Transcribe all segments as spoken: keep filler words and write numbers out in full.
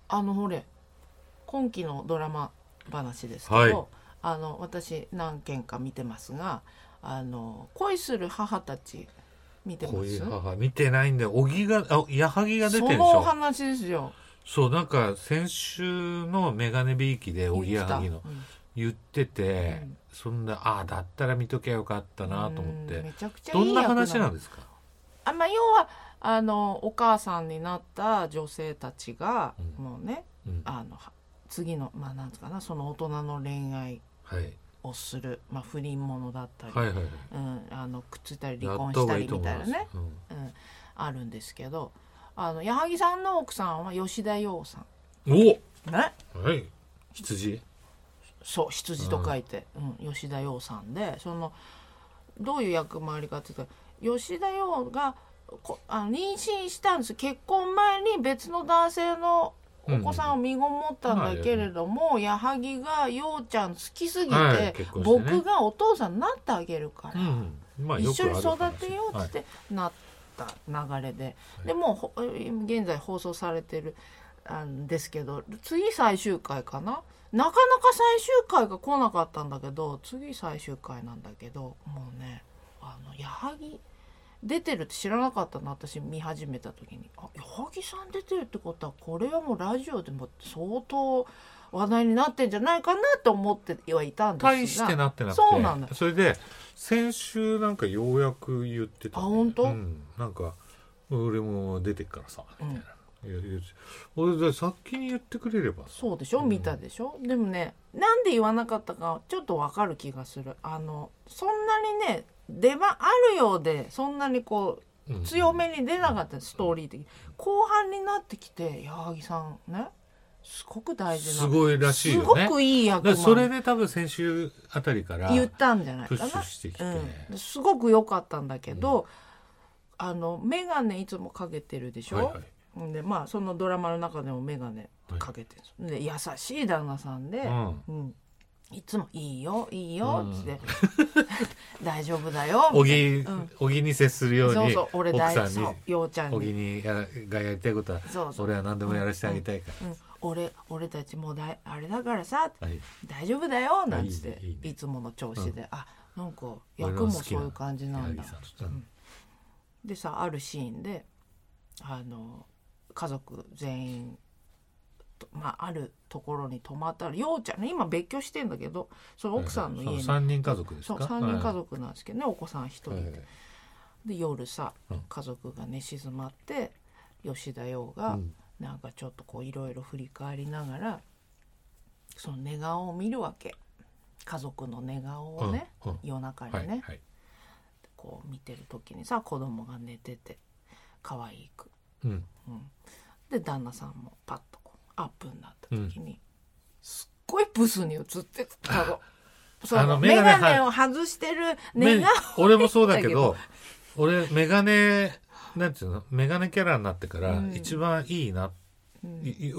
あのほれ今期のドラマ話ですけど、 はい、 あの私何件か見てますが、あの恋する母たち見てます？ 恋母見てないんで、小木があ矢作が出てるでしょ。 そのお話ですよ。 そう、なんか先週のメガネビーキで小木矢作の言ってて、うん、そんなああだったら見ときゃよかったなと思って。 めちゃくちゃいい役なの。 どんな話なんですか？ あ、まあ、要はあのお母さんになった女性たちが、うん、もうね、うん、あの次のまあなんつうかな、その大人の恋愛をする、はい、まあ、不倫ものだったり、はいはいはい、うん、あのくっついたり離婚したりみたいなね、うんうん、あるんですけど、あの矢作さんの奥さんは吉田羊さん。 おね、 はい、羊、 そう羊と書いて、うん、吉田羊さんで、そのどういう役回りかっていうと、吉田羊がこあの妊娠したんです。結婚前に別の男性のお子さんを身ごもったんだけれども、うんうん、矢作が羊ちゃん好きすぎて、はいね、僕がお父さんになってあげるから、うんまあ、一緒に育てようってなった流れで、はい、でもう現在放送されてるんですけど、次最終回かな、なかなか最終回が来なかったんだけど、次最終回なんだけど、もうね、あの矢作出てるって知らなかったの、私見始めた時に。あ、矢作さん出てるってことはこれはもうラジオでも相当話題になってんじゃないかなと思ってはいたんですが、 大してなってなくて、そうなんだ。それで先週なんかようやく言ってた、ね、 あ、本当、 うん、なんか俺も出てっからさみたいな、うん、俺で先に言ってくれれば。 そうでしょ、見たでしょ、うん、でもね、なんで言わなかったかちょっとわかる気がする。あのそんなにね出番あるようで、そんなにこう強めに出なかった、うん、ストーリー的に。後半になってきて矢作さんね、すごく大事な、 すごいらしいよね、 すごくいい役だそれで多分先週あたりから言ったんじゃないかな、 プッシュしてきて、 うん、すごく良かったんだけど、うん、あのメガネいつもかけてるでしょ、はいはい、でまあそのドラマの中でもメガネかけてるんです、はい、で優しい旦那さんで、うんうん、いつもいいよいいよって、うん、大丈夫だよ小木、小木に接するように、そうそう、 俺大奥さんにようちゃんに小木にやがやりたいことは、そうそう、俺は何でもやらせてあげたいから、 うんうんうん、俺, 俺たちもうだあれだからさ、はい、大丈夫だよなんつって、いいねいいね、いつもの調子で、うん、あ、なんか役もそういう感じなんだ、うん、でさ、あるシーンであの家族全員まあ、あるところに泊まったら、ようちゃんね今別居してんだけど、その奥さんの家に、はいはい、 さんにん家族ですか？ そうさんにん家族なんですけどね、はい、お子さんひとりで、はいはい、で夜さ、家族が寝静まって吉田羊がなんかちょっとこういろいろ振り返りながらその寝顔を見るわけ、家族の寝顔をね、うんうん、夜中にね、はいはい、こう見てる時にさ、子供が寝てて可愛く、うんうん、で旦那さんもパッとアップになった時に、うん、すっごいブスに映ってたの。そのメガネを外してる寝顔。 俺もそうだけど、俺メガネなんていうの、メガネキャラになってから一番いいな、うん、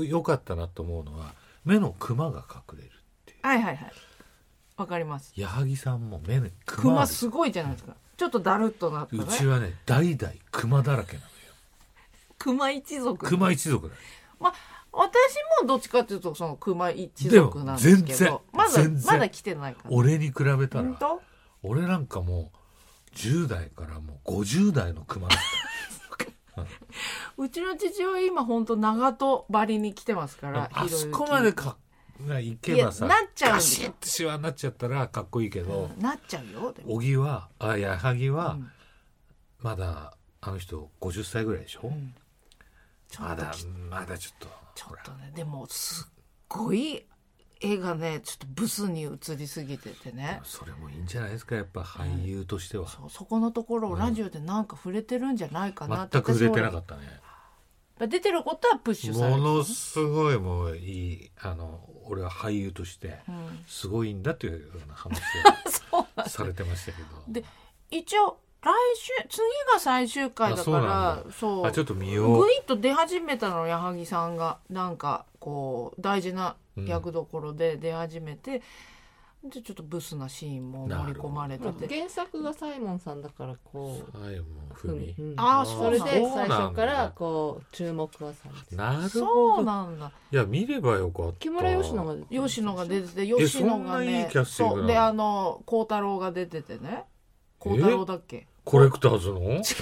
よかったなと思うのは目のクマが隠れるっていう。 はいはいはい。わかります。 矢作さんも目のクマすごいじゃないですか。ちょっとだるっとなったね。 うちはね代々クマだらけなのよ。 クマ一族。 クマ一族だ。 ま私もどっちかというとその熊一族なんですけど、全然まだまだ来てないから、ね、 俺に比べたら俺なんかもうじゅう代からもうごじゅう代の熊だった、 うん、うちの父は今ほんと長門張りに来てますから、 あそこまでかいけばさ、 なっちゃうガシッてシワになっちゃったらかっこいいけど、 うん、なっちゃうよ。 小木はあ矢作は、うん、まだあの人ごじゅっさいぐらいでしょ、うん、まだまだちょっとちょっとね、でもすっごい絵がねちょっとブスに映りすぎててね、 それもいいんじゃないですか、やっぱ俳優としては、うん、 そう、そこのところをラジオでなんか触れてるんじゃないかなって、 うん、全く触れてなかったね。 出てることはプッシュされてる、 ものすごいもういい、あの俺は俳優としてすごいんだっていうような話をされてましたけどで一応来週次が最終回だから、そう、 あ、ちょっと見よう。 グイッと出始めたの、矢作さんがなんかこう大事な役どころで出始めて、 でちょっとブスなシーンも盛り込まれてて、 原作がサイモンさんだからこうサイモンふみ、 うん、 ああそれでそう最初からこう注目はされてなるほそうど。 なんだ。 いや見ればよかった。 木村佳乃が出てる吉野が出てて、吉野がそんないいねキャスティングなのそうであの孝太郎が出ててね、孝太郎だっけ、 コレクターズの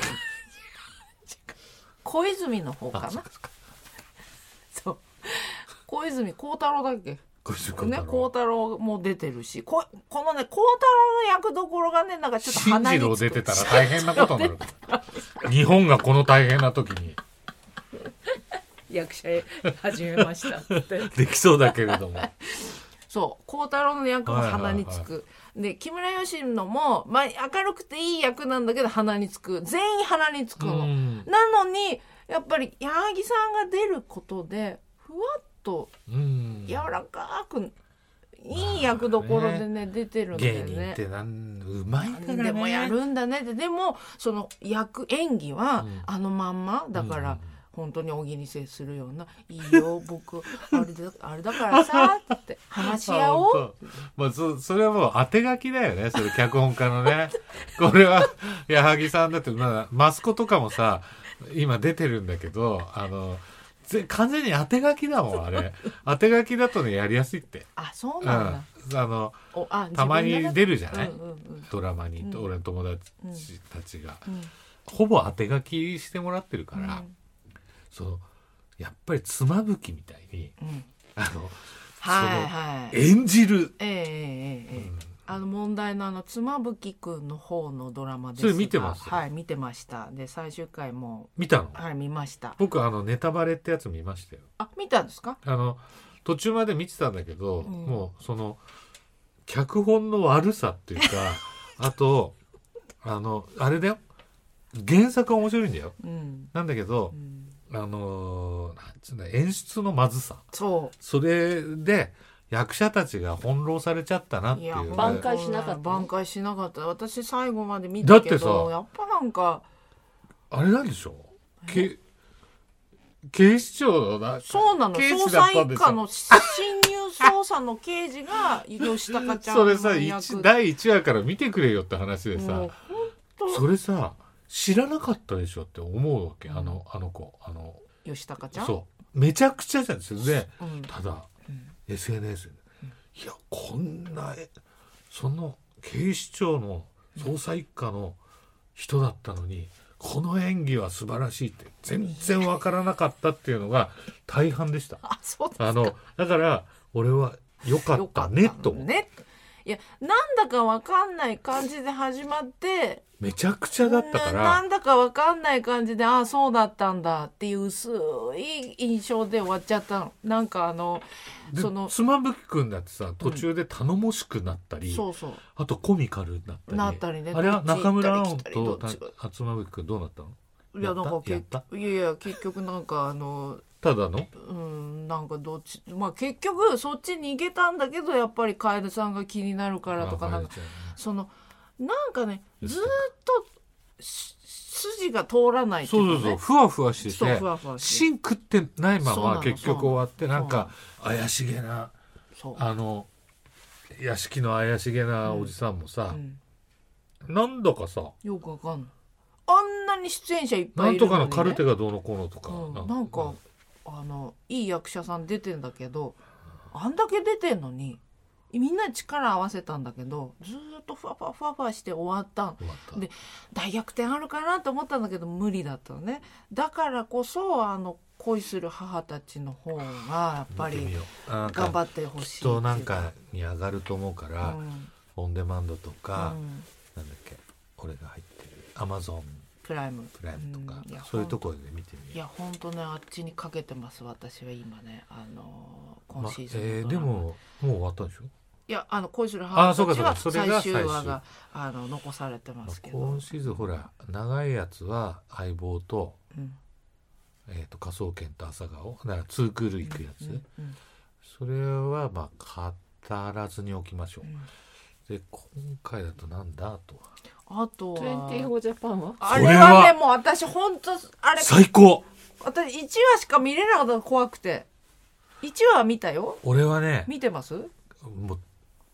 小泉の方かな。そう小泉孝太郎だっけね、孝太郎も出てるし、ここのね孝太郎の役どころがねなんかちょっと新鼻につく。 次郎出てたら大変なことになる日本がこの大変な時に役者へ始めましたってできそうだけれどもそう孝太郎の役も鼻につく、はいはいはい、で木村佳乃も、まあ、明るくていい役なんだけど鼻につく、全員鼻につくの、うん、なのにやっぱり矢作さんが出ることでふわっと柔らかく、うん、いい役どころでね、まあ、ね出てるんだよね。 芸人ってなんうまいんだからね。 でもやるんだねって。でもその役演技はあのまんまだから、うん、本当に小木に接するような「いいよ僕あれだあれだからさ」って話し合おう。 まあ、そ, それはもう当て書きだよね、それ脚本家のねこれは矢作さんだって、まあ、マスコとかもさ今出てるんだけど、あの完全に当て書きだもんあれ当て書きだとねやりやすいって。 あそうなんだ、 うん、あのあたまに出るじゃない、 うんうんうん、 ドラマに、うん、俺の友達たちが、うん、ほぼ当て書きしてもらってるから、うん、そうやっぱり妻夫木みたいに、うん、あの、 はいはい、 演じる、 えーえーえーうん、あの問題のあの妻夫木くんの方のドラマですが、 それ見てます？ はい見てました。で最終回も見たの？ はい見ました。 僕あのネタバレってやつ見ましたよ。 あ見たんですか？あの途中まで見てたんだけど、うん、もうその脚本の悪さっていうかあとあのあれだよ、原作は面白いんだよ、うん、なんだけど、うん、あのなんつうんだ演出のまずさ、 そうそれで役者たちが翻弄されちゃったなっていう、ね、 挽回しなかった、 挽回しなかった。私最後まで見たけど、だってさやっぱなんかあれなんでしょう、け警視庁だ。 そうなの、捜査一課の侵入捜査の刑事が吉高ちゃんの役それさだいいちわから見てくれよって話でさ、それさ知らなかったでしょって思うわけ、あのあの子あの吉高ちゃんそうめちゃくちゃじゃんですよね、うん、ただ、うん、エスエヌエス で、うん、いやこんなその警視庁の捜査一課の人だったのに、この演技は素晴らしいって全然わからなかったっていうのが大半でした。 あ、そうですか。 あのだから俺は良かったねと思う。 ね、いやなんだかわかんない感じで始まってめちゃくちゃだったからな, なんだかわかんない感じでああそうだったんだっていう薄い印象で終わっちゃったの。なんかあのその妻夫木くんだってさ途中で頼もしくなったり、うん、そうそうあとコミカルになったりなったりね。 あれは中村アンと妻夫木くんどうなったの？ いやなんか結局いやいや結局なんかあのただのうんなんかどっちまあ結局そっちに逃げたんだけどやっぱり楓さんが気になるからとかなんかそのなんかねずっと筋が通らないっていうかね、 そうそうそうふわふわしててふわふわして芯食ってないまま結局終わってなんか怪しげなあの屋敷の怪しげなおじさんもさ、うんうん、なんだかさよくわかんないあんなに出演者いっぱいいるのに、ね、 なんとかのカルテがどうのこうのとか、 うん、なんか、なんかあのいい役者さん出てんだけどあんだけ出てんのにみんなで力合わせたんだけどずっとふわふわふわふわして終わったので大逆転あるかなと思ったんだけど無理だったのね。だからこそあの恋する母たちの方がやっぱり頑張ってほしい。 きっとなんかに上がると思うから、うん、オンデマンドとか、うん、なんだっけ俺が入ってるアマゾンプライムプライムとか、うん、そういうところで見てみる。 いや本当ねあっちにかけてます私は今ねあの今シーズン、 まえー、でももう終わったでしょ。 いやあの恋する母たちは最終話があの残されてますけど、 今シーズンほら長いやつは相棒と、うんえー、と科捜研と朝顔だからツークール行くやつ、うんうんうん、それはまあ語らずにおきましょう、うん、で今回だとなんだとあとはトゥエンティーフォージャパンはあれはねもう私本当あれ最高。 私いちわしか見れなかった怖くていちわは見たよ。 俺はね見てます？ もう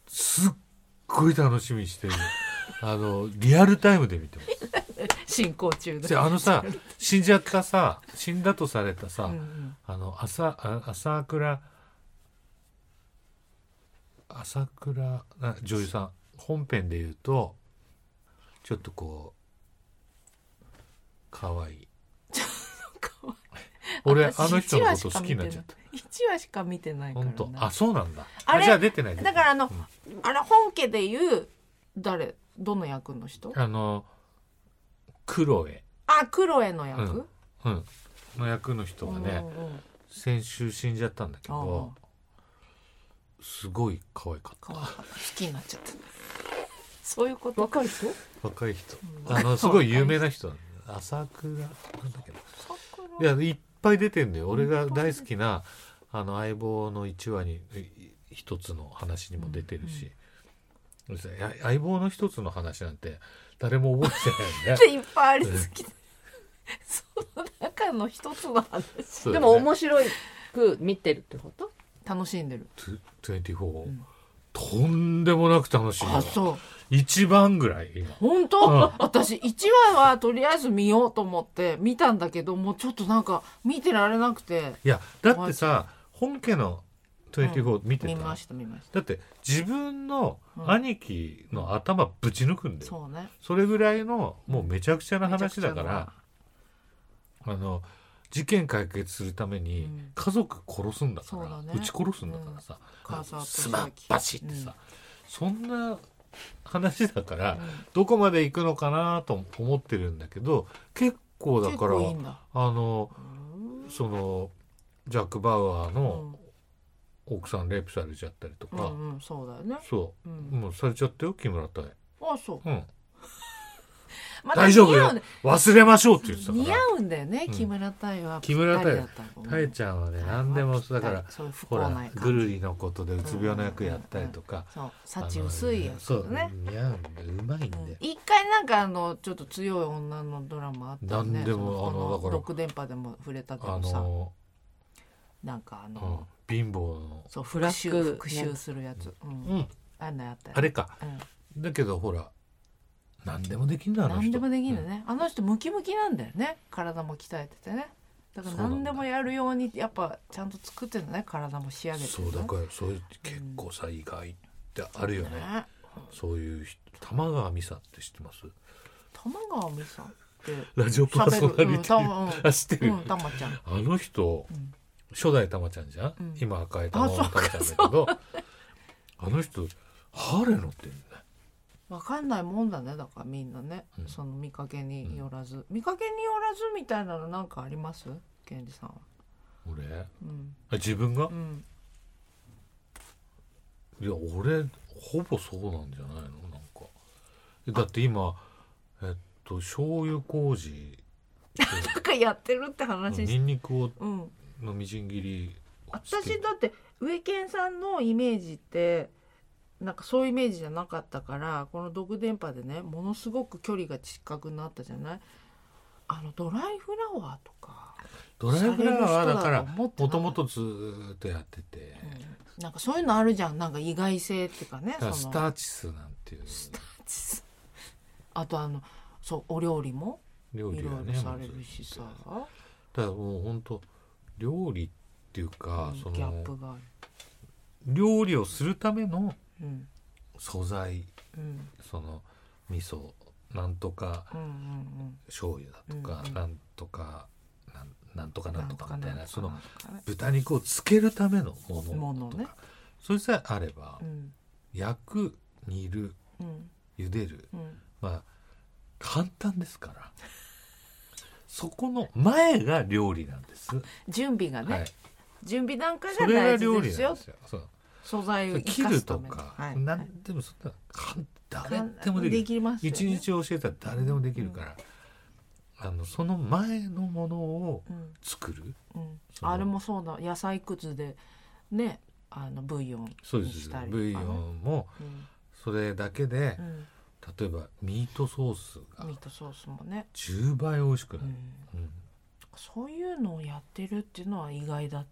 すっごい楽しみにしてるあのリアルタイムで見てます進行中であのさ死んじゃったさ死んだとされたさ、 うんうん、 あの朝あ朝倉朝倉あ女優さん本編で言うとちょっとこうかわいい俺あの人のこと好きになっちゃったいちわしか見てないからな。 本当あそうなんだあれあじゃあ出てないだからあの、 うん、 あれ本家で言う誰どの役の人？ あのクロエあクロエの役、 うんうん、の役の人がね、 うんうん、 先週死んじゃったんだけどすごい可愛かった可愛かった好きになっちゃったそういうこと若い人若い人、 うん、 あのすごい有名な人なんだ朝倉なんだけどいやいっぱい出てんだよ俺が大好きなあの相棒のいちわに一つの話にも出てるし、うんうん、相棒の一つの話なんて誰も覚えてないよねいっぱいありすぎてその中の一つの話、 ね、でも面白く見てるってこと？ 楽しんでるにじゅうよん、うん、とんでもなく楽しいよ。 あそう一番ぐらい今本当、 うん、 私いちわはとりあえず見ようと思って見たんだけどもうちょっとなんか見てられなくていやだってさ本家のにじゅうよん見てた、 うん、見ました見ましただって自分の兄貴の頭ぶち抜くんだよ、 うん、そうねそれぐらいのもうめちゃくちゃな話だから、あの事件解決するために家族殺すんだから、うんね、撃ち殺すんだからさ、うん、スマッバシってさ、うん、そんな話だから、うん、どこまで行くのかなと思ってるんだけど結構だからいいんだあのそのジャック・バウアーの奥さんレイプされちゃったりとか、 うんうん、そうだよねそう、 うん、 もうされちゃったよ木村多江あそう、 うんま、 大丈夫よ忘れましょうって言ってたから似合うんだよね、うん、木村多江は木村多江多江ちゃんはね何でもだからほらぐるりのことでうつ病の役やったりとか、 うんうんうん、そう幸薄いやつとね似合うんだうまいんだよ、うん、 一回なんかあのちょっと強い女のドラマあったよね何でもあのだからろく電波でも触れたけどさあのなんかあの、 うん、貧乏のそう復讐復讐するやつ、うんうん、あんなやったよ、ね、 あれか、 うん、 だけどほら何でもできんだあの人何でもできんだね、うん、あの人ムキムキなんだよね体も鍛えててねだから何でもやるようにやっぱちゃんと作ってるのね体も仕上げて、ね、 そうだからそういう結構さ、うん、意外ってあるよね、 ね、 そういう人玉川美沙って知ってます？ 玉川美沙ってラジオパーソナリティ、うん、知ってる、 うん、玉ちゃんあの人、うん、初代玉ちゃんじゃん、うん、今赤い玉の玉ちゃんだけど あ, あの人ハーレー乗ってるんだよ分かんないもんだねだからみんなね、うん、その見かけによらず、うん、見かけによらずみたいなのなんかあります健二さんは？ 俺、 うん、 あ自分が、 うん、 いや俺ほぼそうなんじゃないのなんかだって今えっと醤油麹なんかやってるって話ニンニクを、うん、のみじん切り私だって上健さんのイメージってなんかそういうイメージじゃなかったからこの毒電波でねものすごく距離が近くなったじゃない。あのドライフラワーとかドライフラワーだからもともとずっとやってて、 うん、なんかそういうのあるじゃんなんか意外性っていうかねそのスターチスなんていうスターチスあとあのそうお料理も料理はねいろいろされるしさだからもう本当料理っていうか、うん、そのギャップがある料理をするためのうん、 素材、うん、その味噌なんとか、 うんうんうん、 醤油だとか、うんうん、なんとかなんなんとかなんとかみたいなその、 ね、 豚肉をつけるためのものもの、 とか、ね、それさえあれば、 うん、 焼く煮る、うん、茹でる、うん、まあ簡単ですからそこの前が料理なんです準備がね、はい、準備段階が大事ですよ。それが料理なんですよ。そう素材を生切かすためるとか、 はい、 何でもそんな誰でもできる。 できますよね、 一日教えたら誰でもできるから、うん、あのその前のものを作る、 うんうん、あれもそうだ野菜くずでねあのブイヨンにしたりとか、ね、そうですブイヨンもそれだけで、うん、例えばミートソースがミートソースもねじゅうばい美味しくなる、 うんうん、そういうのをやってるっていうのは意外だった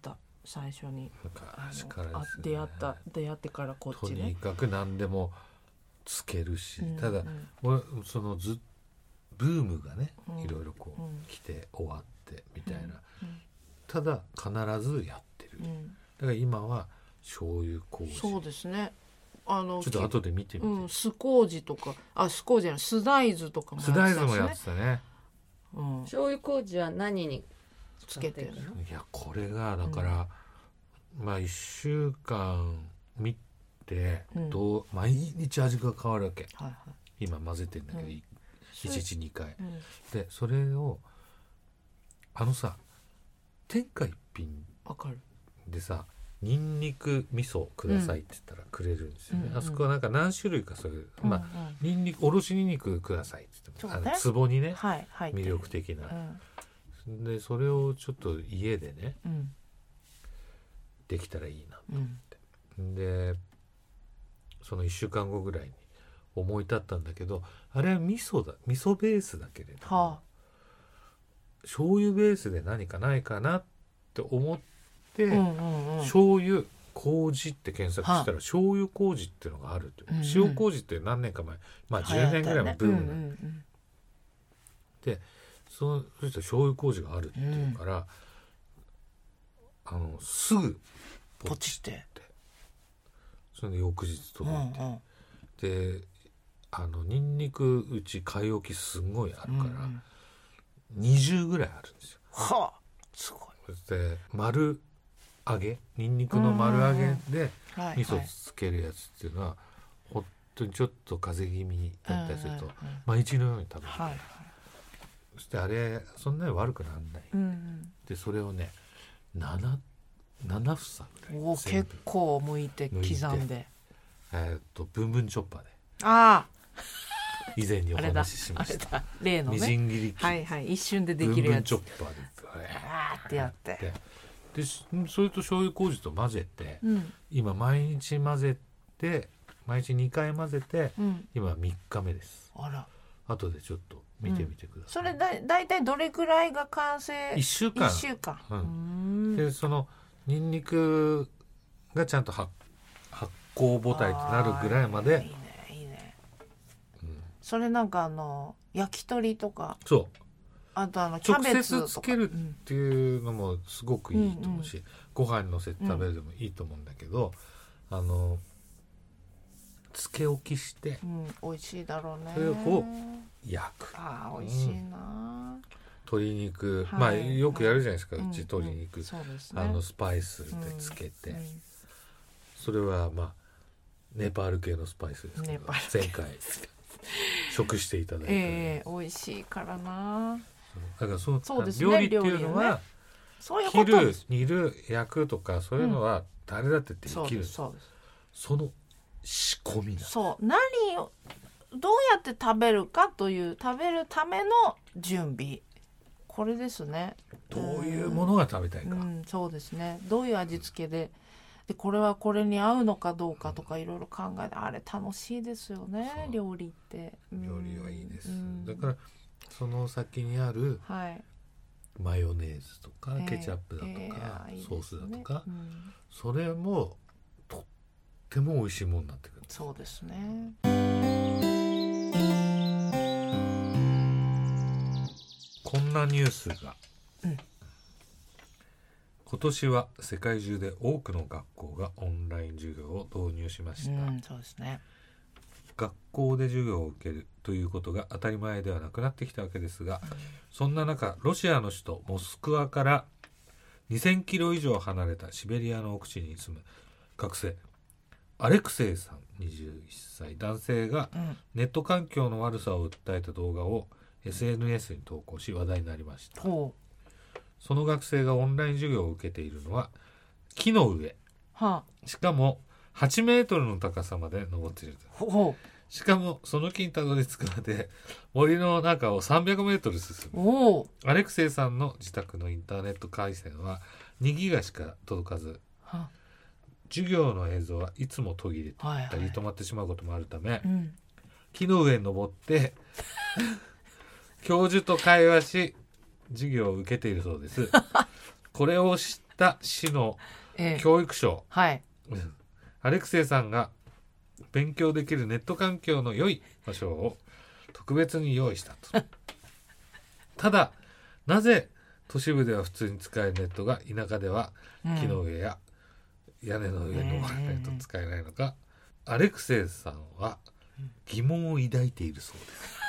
最初に昔からあですね。 出会った出会ってからこっとにちね。 かく何でもつけるし、 うんただ、 うん俺そのずブームがね、 うんいろいろこう、 うん来て終わってみたいな、 うんただ必ずやってる、 うんだから今は醤油麹、 そうですね。あのちょっと後で見てみて、 うん酢麹とかあ酢麹じゃない酢大豆とかも酢大豆もややっててったね。 たしね。うん醤油麹は何につけてるの。 いやこれがだから、まあいっしゅうかん見て、 うんどう毎日味が変わるわけ。 はいは今混ぜてんだけど、 うんいいちにちにかいい。うんでそれをあのさ天下一品わかる。 でさニンニク味噌くださいって言ったらくれるんですよね、 うんうんあそこはなんか何種類かそういう、まあうんうんニンニクおろしニンニクくださいって言っても、 そうねあの壺にねはいはい。 魅力的なう、んでそれをちょっと家でねうんできたらいいなうんでそのいっしゅうかんごぐらいに思い立ったんだけどあれは味噌だ味噌ベースだけれども、 は醤油ベースで何かないかなって思って、 あ。うんうんうん。 醤油麹って検索したら、 は醤油麹っていうのがあるという、 うんうん塩麹って何年か前まあじゅうねんぐらいのブームなの、 うんうんでそのそしたら醤油麹があるっていうから、あのすぐうんポチって。 それで翌日うんう届いん。 て、であのニンニクうち買い置きすごいあるから、 うんうんにじゅうぐらいあるんですよ。 はあ。すごい。 そして丸揚げニンニクの丸揚げではい味噌つけるやつっていうのは、本当にちょっと風邪気味だったりすると、 うんうんうん毎日のように食べる、 はいはい。 そしてあれそんなに悪くならない、 うんうん。 でそれをね 7, 7房ぐらいお全部結構剥いて刻んで。 えーっとブンブンチョッパーであ以前におああれだ話ししましたあれだ例のみじね。 ん切り器、 はいはい一瞬ででブンきるやつ。 ブンチョッパーであーってやって。 ででしそれと醤油麹と混ぜて、 うん今毎日混ぜて毎日にかい混ぜてうん。 今みっかめです。 あら。 後でちょっと見てみてください、 それだだいたいどれくらいが完成。 いっしゅうかん一週間。 うんうーんでそのニンニクがちゃんと発発酵母体となるぐらいまで、 あーいいねいいね。 うんそれなんかあの焼き鳥とかそうあとあのキャ直ベツとか接つけるうんっていうのもすごくいいと思うし、 うんご飯にのせて食べるでもいいと思うんだけど、あのつけ置きしてうん美味しいだろうね。 それを焼くああ美味しいな。 鶏肉、 はいまあよくやるじゃないですか、ううんち鶏肉、 そうですね。 あのスパイスでつけて、 うんそれはまあネパール系のスパイスですけどネパール系前回食していただいた、 ええ美味しいからな。 だからそのそうですね料理っていうのは、 そういうこ切るとです。 煮る焼くとかそういうのは誰だってできそうる、 ですそうです。 その仕込みなのそう何をどうやって食べるかという食べるための準備これですね。 どういうものが食べたいか、 うん、そうですね。どういう味付けで、でこれはこれに合うのかどうかとかいろいろ考えて、あれ楽しいですよねそう料理って。うん料理はいいです、 うんだからその先にあるはい。 マヨネーズとか、 えーケチャップだとか、 えーいいですねソースだとか、 うんそれもとっても美味しいものになってくる。 そうですね。 こんなニュースが、 うん今年は世界中で多くの学校がオンライン授業を導入しました、 うん、そうですね。 学校で授業を受けるということが当たり前ではなくなってきたわけですが、そんな中ロシアの首都モスクワからにせんキロ以上離れたシベリアの奥地に住む学生アレクセイさんにじゅういっさい男性がうん、 ネット環境の悪さを訴えた動画を エスエヌエス に投稿し話題になりました。 ほその学生がオンライン授業を受けているのは木の上、 う、はしかもはちメートルの高さまで登っていると。 あ、ほしかもその木にたどり着くまで森の中をさんびゃくメートル進う、 む。 おお、 アレクセイさんの自宅のインターネット回線はにギガしか届かず、 は授業の映像はいつも途切れあ、はいはい。 たり止まってしまうこともあるため、 うん、 木の上に登って教授と会話し授業を受けているそうです。これを知った市のええ教育省、 はいうんアレクセイさんが勉強できるネット環境の良い場所を特別に用意したとただなぜ都市部では普通に使えるネットが田舎では木の上や屋根の上に登らないと使えないのか、アレクセイさんは疑問を抱いているそうです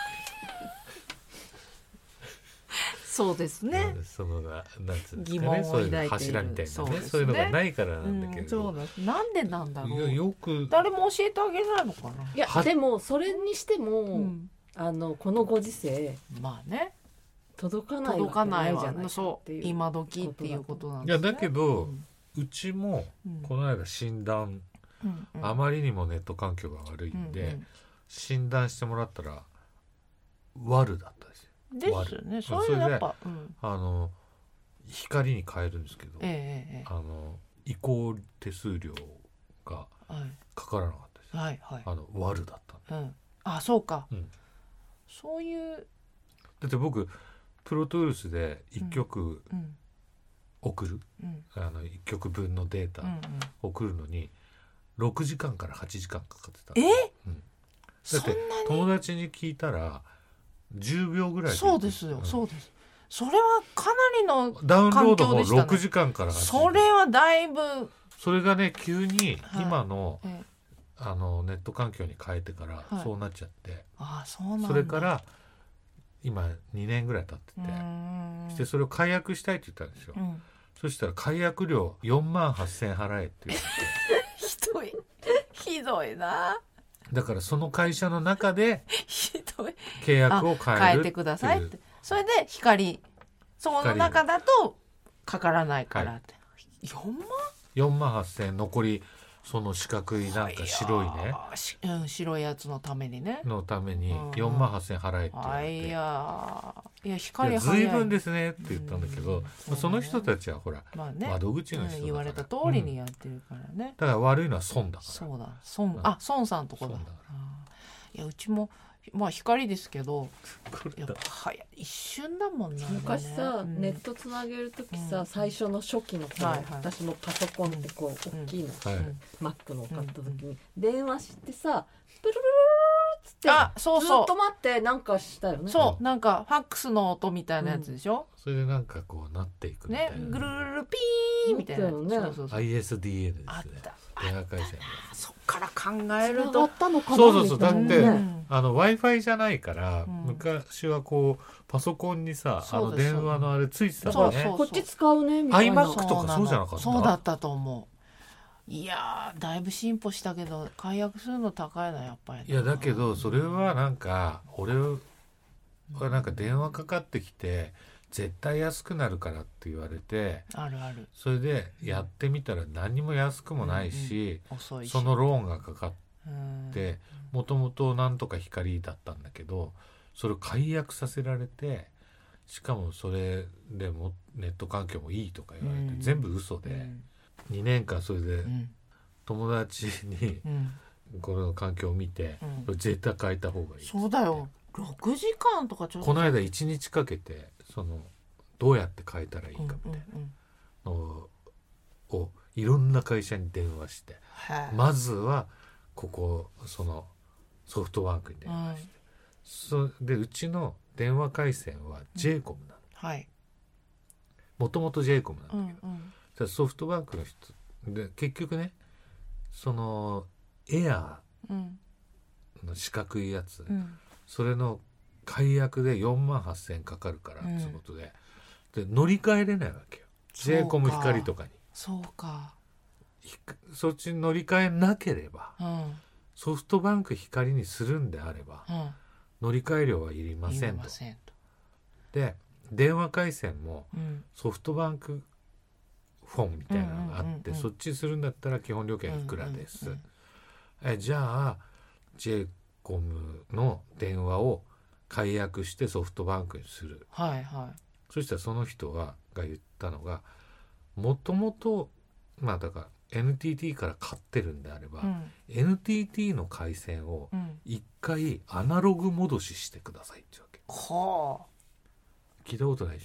そうですね。 そのななんつうんです疑かね、 問を抱いているそういう柱みたいなね、 そうですねそういうのがないからなんだけれうん、 ど、 そうだ。なんでなんだろいやう。 よく誰も教えてあげないのかな。 いやはでもそれにしても、 うん、 あのこのご時世まあね。 届かない届かわけなわないいじゃないかそうっていう今時っていうことなんいですね。 やだけど、 うんうちもうんこの間診断、 うんうんあまりにもネット環境が悪いんで、 うんうん診断してもらったら悪だったですよ。 ですよね。そういうのやっぱ、うん、 あの光に変えるんですけど、 ええええあの移行手数料がはいかからなかったですよ。 はいはい。 あの悪だったんで、 うん。あ、そうか。 うんそういう、 だって僕プロトゥールスでいっきょくうん送る、 うんあのいっきょくぶんのデータうんうん。 送るのにろくじかんからはちじかんかかってた。 え？ うん、だそんなってに？ 友達に聞いたらじゅうびょうぐらいでそうですよ。 んそうです。それはかなりのダウンロードも環境でしたねろくじかんからはちじかん。 それはだいぶ、 それがね急にはい今の、 ええあのネット環境に変えてからはいそうなっちゃって、 ああそうなんだ。 それから今にねんぐらい経ってうて、 ーんでそれを解約したいって言ったんですよ、 うん、 そしたら解約料よんまんはっせん払えって言ってひどいひどいなだからその会社の中でひどい。 契約を変える変えてくださいって。それで光その中だとかからないからって、よんまんよんまんはっせん残りその四角いなんか白いねあーしうん、白いやつのためにね。 のためにうんよんまんはっせん払えって言わあれて、 いやいやい光や早い随分ですねって言ったんだけど、 うんまあその人たちはほらまあね、 窓口の人だから、 うん言われた通りにやってるからね、 だから悪いのは損だから、 そうだ孫、 うんあ孫さんとこだ孫だかあーいやうちもまあ光ですけどこれだやっぱ早い一瞬だもんな、 昔さ、 うんネットつなげるときさ、 うん最初の初期の頃、 はいはい私もパソコンってこう、 うん大きいの、 はいうんマックのを買った時に、 うん電話してさプルルルルルっつってあそうそうずっと待ってなんかしたよね。 そうなんかファックスの音みたいなやつでしょ、 それでなんかこうなっていくみたいな、 ねぐるるるるピーみたいな、 そうだよねそうそうそうアイエスディーエヌ ですねあった電話回線でそっから考えるつながとったのかなそうそうそうみたいなだってねあの Wi-Fi じゃないから、 うん昔はこうパソコンにさあのそうです電話のあれついてたそうもんねそうこっち使うねみたいな。 iMac とかそうじゃなかったそうだったと思う。いやーだいぶ進歩したけど解約するの高いなやっぱりな。 いやだけどそれはなんか俺はなんか電話かかってきて絶対安くなるからって言われてあるあるそれでやってみたら何も安くもないし、 遅いしそのローンがかかっうんてもともとなんとか光だったんだけどそれを解約させられてしかもそれでもネット環境もいいとか言われて、 うん全部嘘で、 うんにねんかんそれでうん友達にうんこの環境を見て、 うんこれ絶対変えた方がいいそうだよろくじかんとかちょっとこの間いちにちかけてそのどうやって変えたらいいかうんみたいうんなのをいろんな会社に電話してはいまずはここそのソフトバンクに電話して、そでうちの電話回線は ジェイコム なのはいもともと ジェイコム なんだけど、 うんうんただソフトバンクの人で結局ねそのエアうんの四角いやつ、 うんそれの解約でよんまんはっせんかかるからうんっていうことで,、で乗り換えれないわけよ ジェイコム 光とかにそうかひそっちに乗り換えなければうんソフトバンク光にするんであればうん乗り換え料はいりませ言いんとませんとで電話回線もうんソフトバンクフォンみたいなのがあって、 うんうんうんうんそっちするんだったら基本料金はいくらです、 うんうんえじゃあ ジェイコム の電話を解約してソフトバンクにするはいはそしたらその人がが言ったのがもともとまあだから エヌティーティー から買ってるんであれば、 いうんエヌティーティー の回線をうん一回アナログ戻ししてくださいっていうわけは聞いたことないでしょ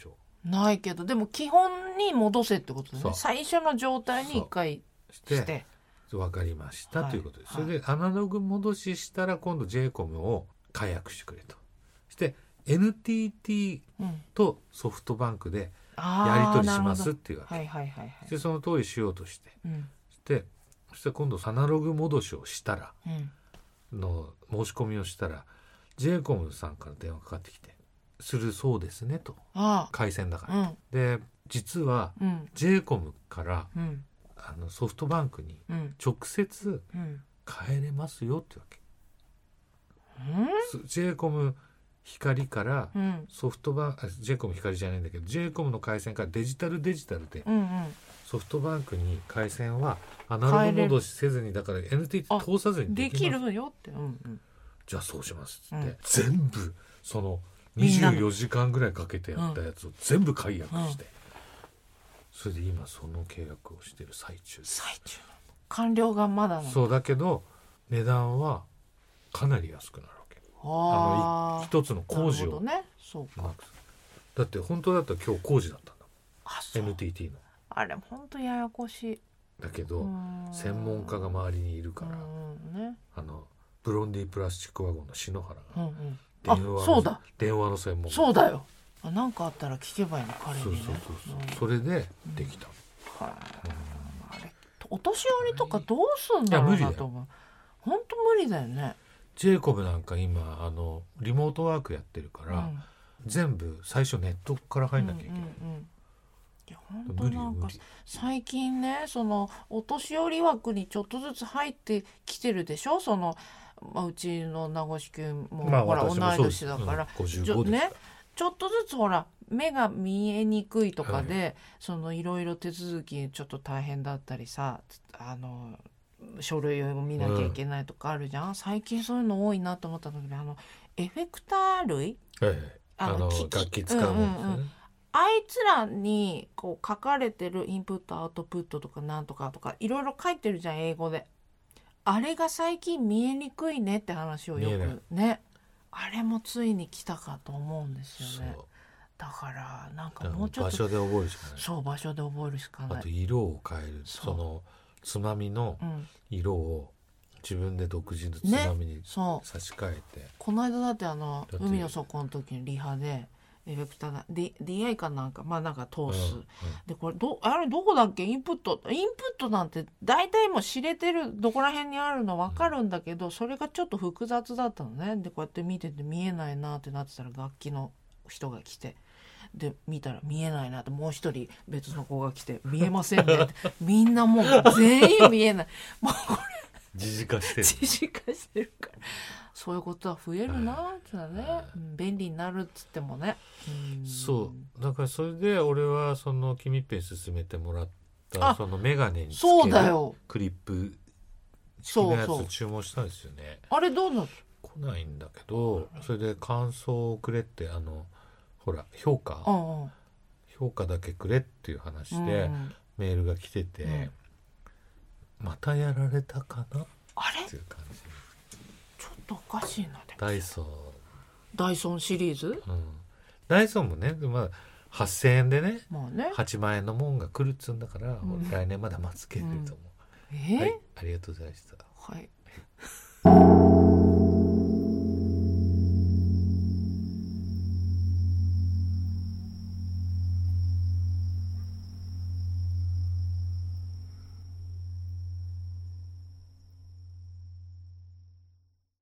ないけどでも基本に戻せってことだね。 そう最初の状態に一回してして分かりました、 はいということです。 はいそれでアナログ戻ししたら今度 ジェイコム を解約してくれと。して エヌティーティーうんとソフトバンクであーやり取りしますなるっていうわけ。 ほどはいはいはいはいでその通りしようとしてうんでそして今度アナログ戻しをしたらうんの申し込みをしたら ジェイコム さんから電話かかってきてするそうですねと。 あ回線だから、 うんで実はうんジェイコム からうんあのソフトバンクにうん直接うん変えれますよってわけ。 うんジェイコム 光からうんソフトバンク ジェイコム 光じゃないんだけど ジェイコム の回線からデジタルデジタルでうんうんソフトバンクに回線はアナログ戻しせずにだから エヌティーティー 通さずにでできます。 きるよってうんうんじゃあそうしますっつって、 うん全部そのみんなのにじゅうよじかんぐらいかけてやったやつを全部解約して、それで今その契約をしてる最中です。 最中なの完了がまだなのそうだけど値段はかなり安くなるわけ。あのあい一つの工事をなるほどねそうかマークする。だって本当だったら今日工事だったんだあそうエヌティーティー の。 あれ本当ややこしいだけどうん専門家が周りにいるから、 うんねあのブロンディプラスチックワゴンの篠原がうんうん電話の、 あそうだ電話の専門家そうだよあなんかあったら聞けばいいの彼にねそうそうそうそう、 うんそれでできた、 はいあれお年寄りとかどうすんだろういや無理だよなと思う本当無理だよねジェイコムなんか今あのリモートワークやってるから、 うん全部最初ネットから入んなきゃいけない、 うんうんうんいや本当無理なんか無理最近ねそのお年寄り枠にちょっとずつ入ってきてるでしょその、まあ、うちの名越くんも、 まあほら同い私もそうです年だから、 うん、ごじゅうちょごですから、 ねちょっとずつほら目が見えにくいとかで、そのいろいろ手続きちょっと大変だったりさあの書類を見なきゃいけないとかあるじゃん、最近そういうの多いなと思った時にあのエフェクター類はいはい、あのあの機器楽器使うもんですね、 うんうんうんあいつらにこう書かれてるインプットアウトプットとかなんとかとかいろいろ書いてるじゃん英語で。あれが最近見えにくいねって話をよ見えないくねあれもついに来たかと思うんですよね。 そうだからなんかだからもうちょっと場所で覚えるしかない。 そう場所で覚えるしかなあとい。 色を変えるそそうのつまみのうん、 色を自分で独自のつまみにそう差し替えて、 この間だってあのだって海の底の時にリハでエフェクターが D- ディーアイ かなんかまあなんか通す、 うんうんでこれどあれどこだっけインプットインプットなんて大体もう知れてるどこら辺にあるの分かるんだけど、それがちょっと複雑だったのね。でこうやって見てて見えないなってなってたら楽器の人が来てで見たら見えないなってもう一人別の子が来て見えませんねってみんなもう全員見えないもうこれ自治化してる知識化してるからそういうことは増えるなってのはね、うん便利になるっつってもね、うんそうだからそれで俺はその君っぺんに勧めてもらったあそのメガネにつそうけるだよクリップ式のやつそうそうを注文したんですよね。 あれどうなの来ないんだけどそれで感想をくれってあのほら評価うんうん評価だけくれっていう話でうんメールが来てて、またやられたかなっあれていう感じ。 ちょっとおかしいなでもダイソー、 ダイソンシリーズうん、ダイソーもね、まあ、はっせんえんでねまあねはちまん円のもんが来るっつうんだから、 ん俺来年まだ待つけれども、 えーはいありがとうございました。 はい